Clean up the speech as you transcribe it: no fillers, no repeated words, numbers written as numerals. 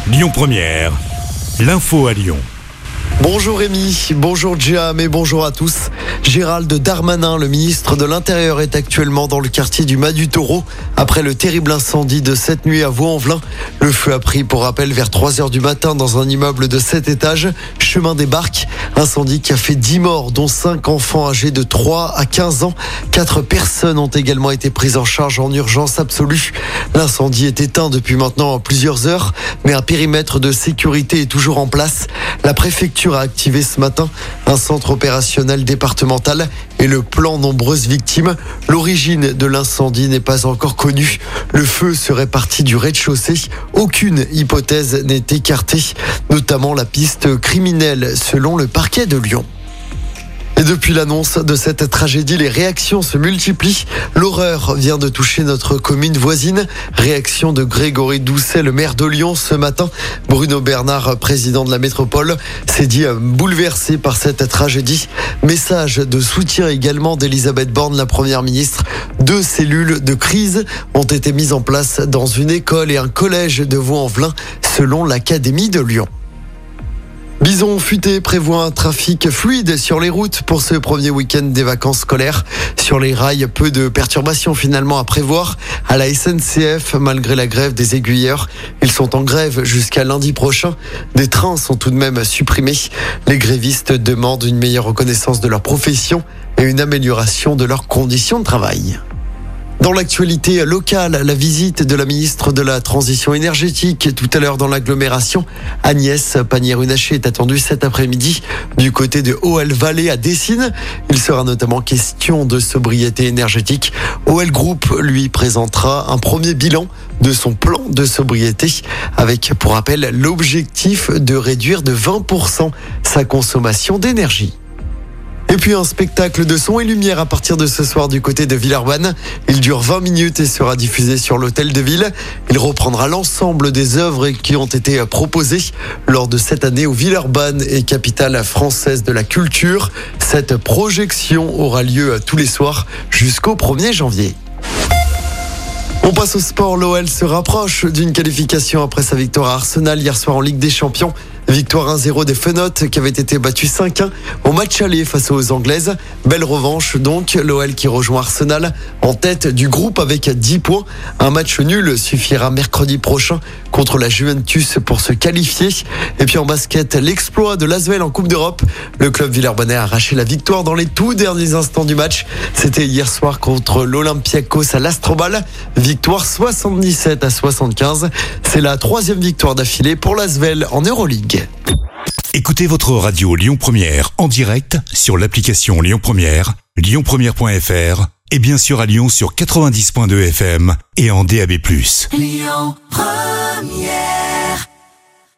Lyon Première, l'info à Lyon. Bonjour Rémi, bonjour Jam et bonjour à tous. Gérald Darmanin, le ministre de l'Intérieur, est actuellement dans le quartier du Mas du Taureau après le terrible incendie de cette nuit à Vaux-en-Velin. Le feu a pris pour rappel vers 3h du matin dans un immeuble de 7 étages, chemin des Barques. Incendie qui a fait 10 morts, dont 5 enfants âgés de 3 à 15 ans. 4 personnes ont également été prises en charge en urgence absolue. L'incendie est éteint depuis maintenant plusieurs heures, mais un périmètre de sécurité est toujours en place. La préfecture a activé ce matin un centre opérationnel départemental et le plan nombreuses victimes. L'origine de l'incendie n'est pas encore connue. Le feu serait parti du rez-de-chaussée. Aucune hypothèse n'est écartée, notamment la piste criminelle selon le parquet de Lyon. Et depuis l'annonce de cette tragédie, les réactions se multiplient. L'horreur vient de toucher notre commune voisine. Réaction de Grégory Doucet, le maire de Lyon, ce matin. Bruno Bernard, président de la métropole, s'est dit bouleversé par cette tragédie. Message de soutien également d'Elisabeth Borne, la première ministre. 2 cellules de crise ont été mises en place dans une école et un collège de Vaux-en-Velin, selon l'Académie de Lyon. Bison Futé prévoit un trafic fluide sur les routes pour ce premier week-end des vacances scolaires. Sur les rails, peu de perturbations finalement à prévoir. À la SNCF, malgré la grève des aiguilleurs, ils sont en grève jusqu'à lundi prochain. Des trains sont tout de même supprimés. Les grévistes demandent une meilleure reconnaissance de leur profession et une amélioration de leurs conditions de travail. Dans l'actualité locale, la visite de la ministre de la Transition énergétique tout à l'heure dans l'agglomération. Agnès Pannier-Runacher est attendue cet après-midi du côté de OL-Vallée à Dessines. Il sera notamment question de sobriété énergétique. OL Group lui présentera un premier bilan de son plan de sobriété avec, pour rappel, l'objectif de réduire de 20% sa consommation d'énergie. Et puis un spectacle de son et lumière à partir de ce soir du côté de Villeurbanne. Il dure 20 minutes et sera diffusé sur l'hôtel de ville. Il reprendra l'ensemble des œuvres qui ont été proposées lors de cette année où Villeurbanne est capitale française de la culture. Cette projection aura lieu tous les soirs jusqu'au 1er janvier. On passe au sport. L'OL se rapproche d'une qualification après sa victoire à Arsenal hier soir en Ligue des Champions. Victoire 1-0 des Fenotes qui avait été battu 5-1 au match aller face aux Anglaises. Belle revanche donc, l'OL qui rejoint Arsenal en tête du groupe avec 10 points. Un match nul suffira mercredi prochain contre la Juventus pour se qualifier. Et puis en basket, l'exploit de l'Asvel en Coupe d'Europe. Le club villeurbanais a arraché la victoire dans les tout derniers instants du match. C'était hier soir contre l'Olympiakos à l'Astrobal. Victoire 77-75. C'est la 3e victoire d'affilée pour l'Asvel en Euroleague. Écoutez votre radio Lyon Première en direct sur l'application Lyon Première, lyonpremière.fr et bien sûr à Lyon sur 90.2 FM et en DAB+. Lyon Première.